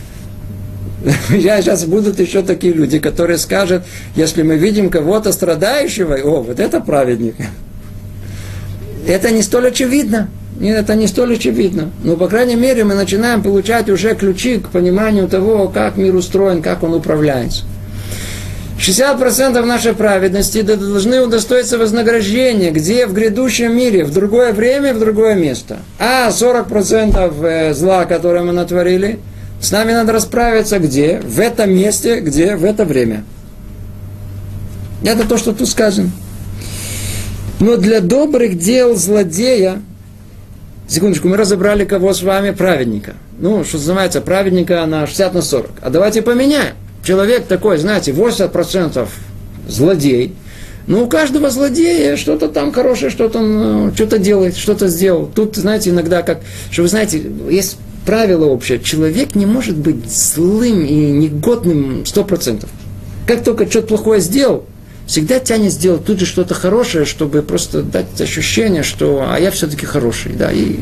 Я сейчас будут еще такие люди, которые скажут, если мы видим кого-то страдающего, о, вот это праведник. Это не столь очевидно. Нет, это не столь очевидно. Но, по крайней мере, мы начинаем получать уже ключи к пониманию того, как мир устроен, как он управляется. шестьдесят процентов нашей праведности должны удостоиться вознаграждения, где в грядущем мире, в другое время, в другое место. А сорок процентов зла, которое мы натворили, с нами надо расправиться где? В этом месте, где? В это время. Это то, что тут сказано. Но для добрых дел злодея, секундочку, мы разобрали кого с вами? Праведника. Ну, что называется, праведника на шестьдесят на сорок. А давайте поменяем. Человек такой, знаете, восемьдесят процентов злодей. Ну, у каждого злодея что-то там хорошее, что-то он что-то делает, что-то сделал. Тут, знаете, иногда как, что вы знаете, есть правило общее. Человек не может быть злым и негодным сто процентов. Как только что-то плохое сделал, всегда тянет сделать тут же что-то хорошее, чтобы просто дать ощущение, что а я все-таки хороший. Да, и,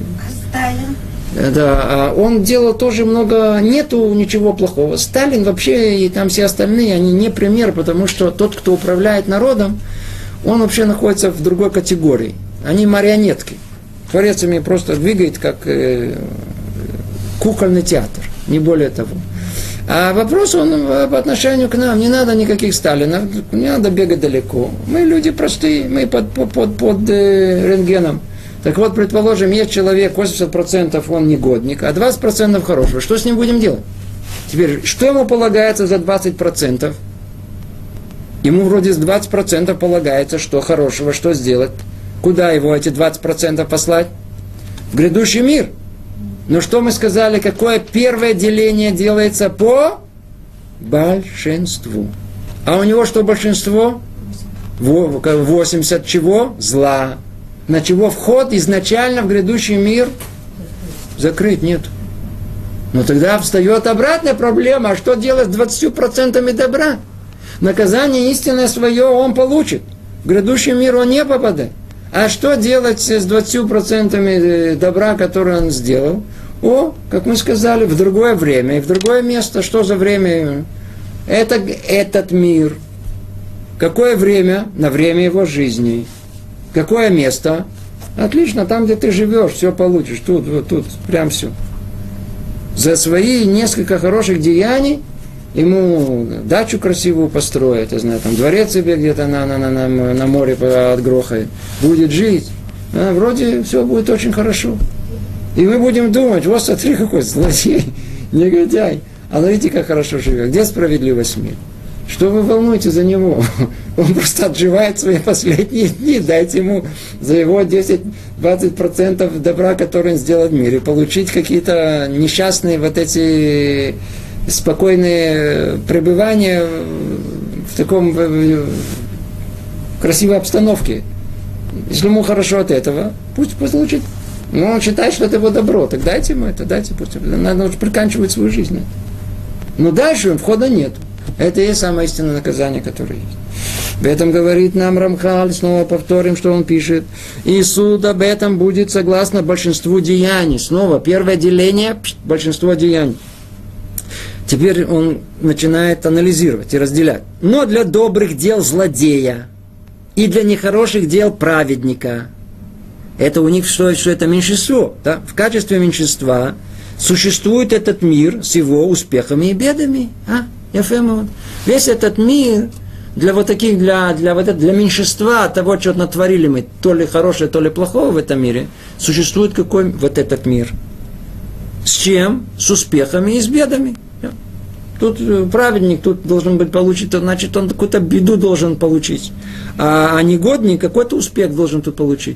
да, он делал тоже много, нету ничего плохого. Сталин вообще и там все остальные, они не пример, потому что тот, кто управляет народом, он вообще находится в другой категории. Они марионетки. Творец ими просто двигает, как э, кукольный театр, не более того. А вопрос он по отношению к нам. Не надо никаких Сталинов, не надо бегать далеко. Мы люди простые, мы под, под, под, под э, рентгеном. Так вот, предположим, есть человек, восемьдесят процентов он негодник, а двадцать процентов хорошего. Что с ним будем делать? Теперь, что ему полагается за двадцать процентов? Ему вроде с двадцать процентов полагается, что хорошего, что сделать? Куда его эти двадцать процентов послать? В грядущий мир. Но что мы сказали, какое первое деление делается по большинству? А у него что большинство? восемьдесят чего? Зла. На чего вход изначально в грядущий мир закрыт? Нет. Но тогда встает обратная проблема. А что делать с двадцатью процентами добра? Наказание истинное свое он получит. В грядущий мир он не попадает. А что делать с двадцатью процентами добра, которые он сделал? О, как мы сказали, в другое время и в другое место. Что за время? Это этот мир. Какое время? На время его жизни. Какое место? Отлично, там, где ты живешь, все получишь. Тут, вот тут, прям все. За свои несколько хороших деяний ему дачу красивую построить, я знаю, там дворец себе где-то на, на, на, на, на море отгрохает. Будет жить. А, вроде все будет очень хорошо. И мы будем думать, вот смотри, какой злодей, негодяй. А смотрите, как хорошо живет. Где справедливость в мире? Что вы волнуете за него? Он просто отживает свои последние дни. Дайте ему за его десять-двадцать процентов добра, который он сделал в мире, получить какие-то несчастные вот эти спокойные пребывания в таком красивой обстановке. Если ему хорошо от этого, пусть получит. Но он считает, что это его добро. Так дайте ему это, дайте, пусть. Надо уже приканчивать свою жизнь. Но дальше входа нет. Это и есть самое истинное наказание, которое есть. В этом говорит нам Рамхаль, снова повторим, что он пишет. И суд об этом будет согласно большинству деяний. Снова первое деление, большинство деяний. Теперь он начинает анализировать и разделять. Но для добрых дел злодея и для нехороших дел праведника. Это у них что, что это меньшинство. Да? В качестве меньшинства существует этот мир с его успехами и бедами. А? Весь этот мир для вот таких, для, для, вот это, для меньшинства того, что натворили мы, то ли хорошее, то ли плохого в этом мире, существует какой вот этот мир. С чем? С успехами и с бедами. Тут праведник, тут должен быть получить, значит, он какую-то беду должен получить. А, а негодник какой-то успех должен тут получить.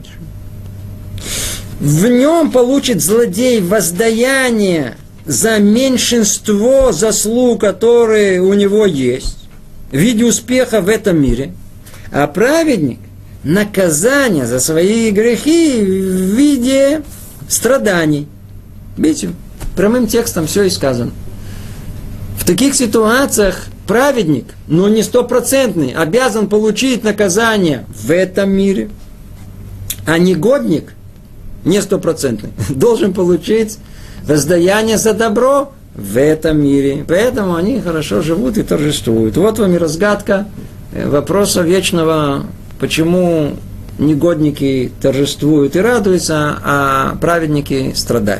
В нем получит злодей воздаяние за меньшинство заслуг, которые у него есть, в виде успеха в этом мире, а праведник – наказание за свои грехи в виде страданий. Видите, прямым текстом все и сказано. В таких ситуациях праведник, но не стопроцентный, обязан получить наказание в этом мире, а негодник, не стопроцентный, должен получить воздаяние за добро в этом мире. Поэтому они хорошо живут и торжествуют. Вот вам и разгадка вопроса вечного, почему негодники торжествуют и радуются, а праведники страдают.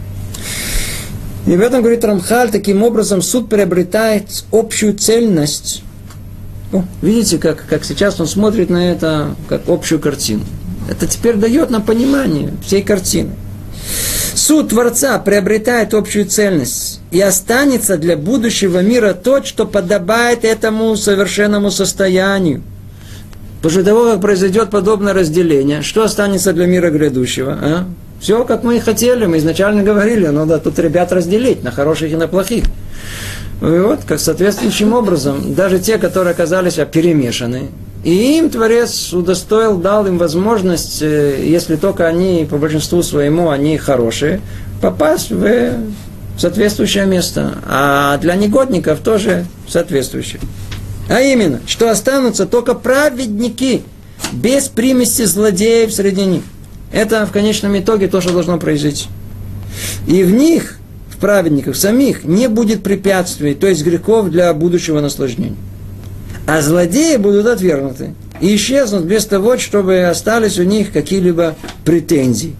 И в этом говорит Рамхаль, таким образом суд приобретает общую цельность. О, видите, как, как сейчас он смотрит на это, как общую картину. Это теперь дает нам понимание всей картины. Суд Творца приобретает общую цельность, и останется для будущего мира то, что подобает этому совершенному состоянию. После того, как произойдет подобное разделение, что останется для мира грядущего? А? Все, как мы и хотели, мы изначально говорили, надо тут ребят разделить на хороших и на плохих. И вот, как соответствующим образом, даже те, которые оказались перемешаны, и им Творец удостоил, дал им возможность, если только они, по большинству своему, они хорошие, попасть в соответствующее место. А для негодников тоже соответствующее. А именно, что останутся только праведники, без примеси злодеев среди них. Это в конечном итоге то, что должно произойти. И в них, в праведниках самих, не будет препятствий, то есть грехов для будущего наслаждения. А злодеи будут отвергнуты и исчезнут без того, чтобы остались у них какие-либо претензии.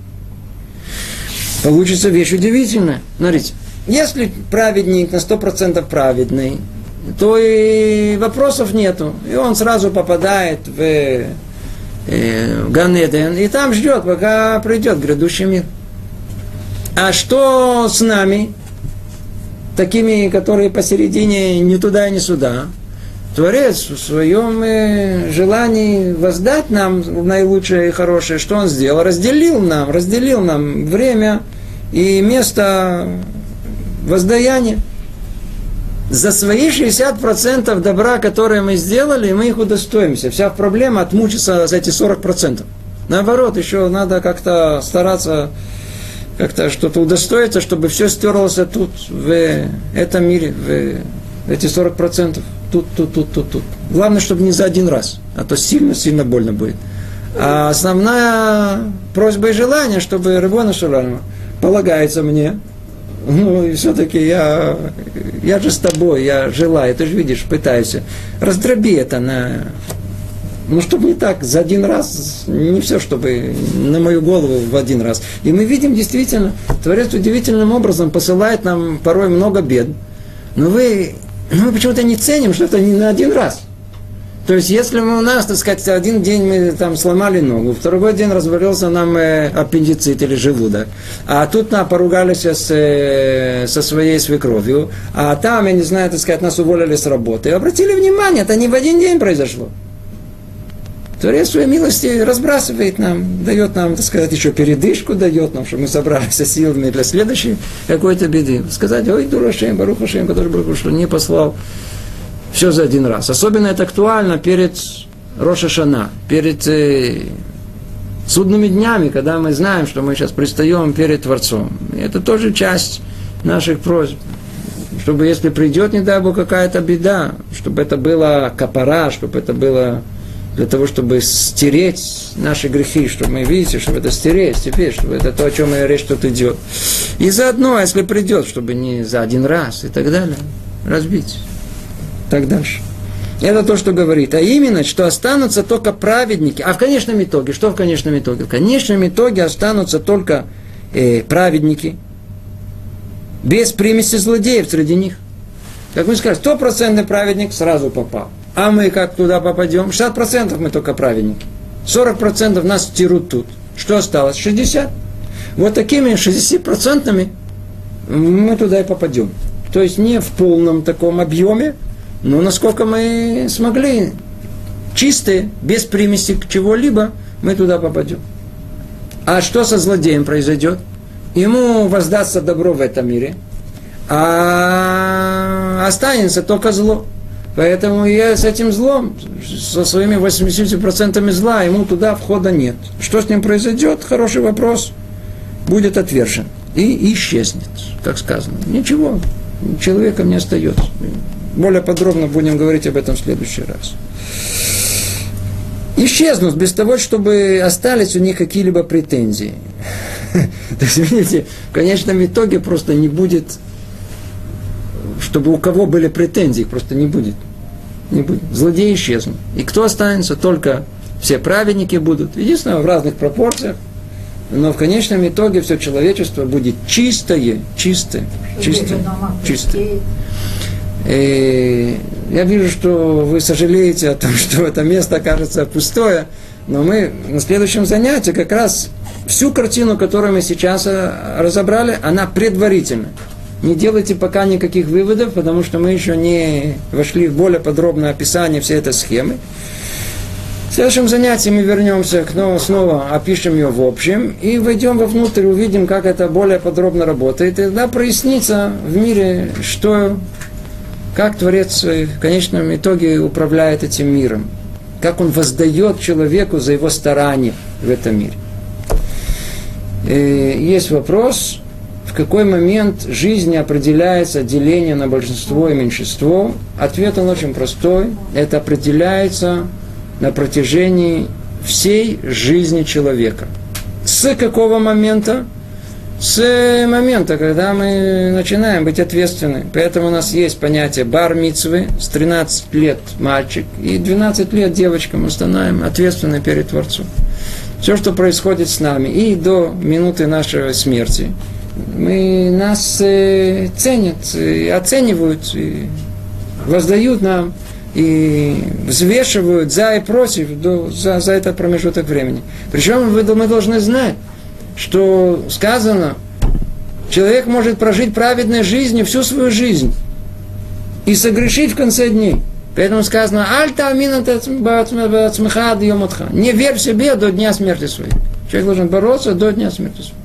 Получится вещь удивительная. Смотрите, если праведник на сто процентов праведный, то и вопросов нету. И он сразу попадает в, э, в Ган-Эден, и там ждет, пока придет грядущий мир. А что с нами, такими, которые посередине ни туда и ни сюда? Творец в своем э, желании воздать нам наилучшее и хорошее, что он сделал? Разделил нам, разделил нам время и место воздаяния. За свои шестьдесят процентов добра, которые мы сделали, мы их удостоимся. Вся проблема отмучиться за эти сорок процентов. Наоборот, еще надо как-то стараться, как-то что-то удостоиться, чтобы все стерлось тут, в этом мире, в эти сорок процентов. Тут, тут, тут, тут, тут. Главное, чтобы не за один раз, а то сильно-сильно больно будет. А основная просьба и желание, чтобы Рибону шел олам полагается мне. Ну, и все-таки я, я же с тобой, я желаю, ты же видишь, пытаюсь. Раздроби это на... Ну, чтобы не так, за один раз, не все, чтобы на мою голову в один раз. И мы видим, действительно, Творец удивительным образом посылает нам порой много бед. Но вы... Но мы почему-то не ценим, что это не на один раз. То есть, если мы у нас, так сказать, один день мы там сломали ногу, второй день развалился нам э, аппендицит или желудок, а тут нам поругались с, э, со своей свекровью, а там, я не знаю, так сказать, нас уволили с работы. И обратили внимание, это не в один день произошло. Творец своей милости разбрасывает нам, дает нам, так сказать, еще передышку дает нам, чтобы мы собрались со силами для следующей какой-то беды. Сказать, ой, дурашем, барух Ашем, который Барух, что не послал все за один раз. Особенно это актуально перед Рош ха-Шана, перед э, судными днями, когда мы знаем, что мы сейчас предстаем перед Творцом. И это тоже часть наших просьб. Чтобы если придет, не дай Бог, какая-то беда, чтобы это было капара, чтобы это было для того, чтобы стереть наши грехи, чтобы мы, видите, чтобы это стереть теперь, чтобы это то, о чем и речь тут идет. И заодно, если придет, чтобы не за один раз и так далее, разбить. Так дальше. Это то, что говорит. А именно, что останутся только праведники. А в конечном итоге, что в конечном итоге? В конечном итоге останутся только э, праведники, без примеси злодеев среди них. Как мы сказали, стопроцентный праведник сразу попал. А мы как туда попадем? шестьдесят процентов мы только праведники. сорок процентов нас тирут тут. Что осталось? шестьдесят процентов. Вот такими шестьдесят процентов мы туда и попадем. То есть не в полном таком объеме, но насколько мы смогли, чистые, без примеси чего-либо, мы туда попадем. А что со злодеем произойдет? Ему воздастся добро в этом мире, а останется только зло. Поэтому я с этим злом, со своими восемьдесят процентов зла, ему туда входа нет. Что с ним произойдет? Хороший вопрос. Будет отвержен и исчезнет, как сказано. Ничего, человеком не остается. Более подробно будем говорить об этом в следующий раз. Исчезнут без того, чтобы остались у них какие-либо претензии. То есть, видите, в конечном итоге просто не будет, чтобы у кого были претензии, просто не будет. Не будет. Злодеи исчезнут. И кто останется? Только все праведники будут. Единственное, в разных пропорциях. Но в конечном итоге все человечество будет чистое, чистое, чистое, чистое. И я вижу, что вы сожалеете о том, что это место окажется пустое, но мы на следующем занятии как раз всю картину, которую мы сейчас разобрали, она предварительна. Не делайте пока никаких выводов, потому что мы еще не вошли в более подробное описание всей этой схемы. В следующем занятии мы вернемся к новому, снова опишем ее в общем и войдем вовнутрь, увидим, как это более подробно работает, и тогда прояснится в мире, что, как Творец в конечном итоге управляет этим миром, как он воздает человеку за его старания в этом мире. И есть вопрос, в какой момент жизни определяется деление на большинство и меньшинство. Ответ он очень простой. Это определяется на протяжении всей жизни человека. С какого момента? С момента, когда мы начинаем быть ответственны. Поэтому у нас есть понятие бар-мицвы, с тринадцати лет мальчик и двенадцати лет девочка, мы становимся ответственны перед Творцом. Все, что происходит с нами, и до минуты нашей смерти, мы, нас э, ценят, и оценивают, и воздают нам, и взвешивают за и против до, за, за этот промежуток времени. Причем мы, мы должны знать, что сказано, человек может прожить праведной жизнью всю свою жизнь и согрешить в конце дней. Поэтому сказано, не верь в себе до дня смерти своей. Человек должен бороться до дня смерти своей.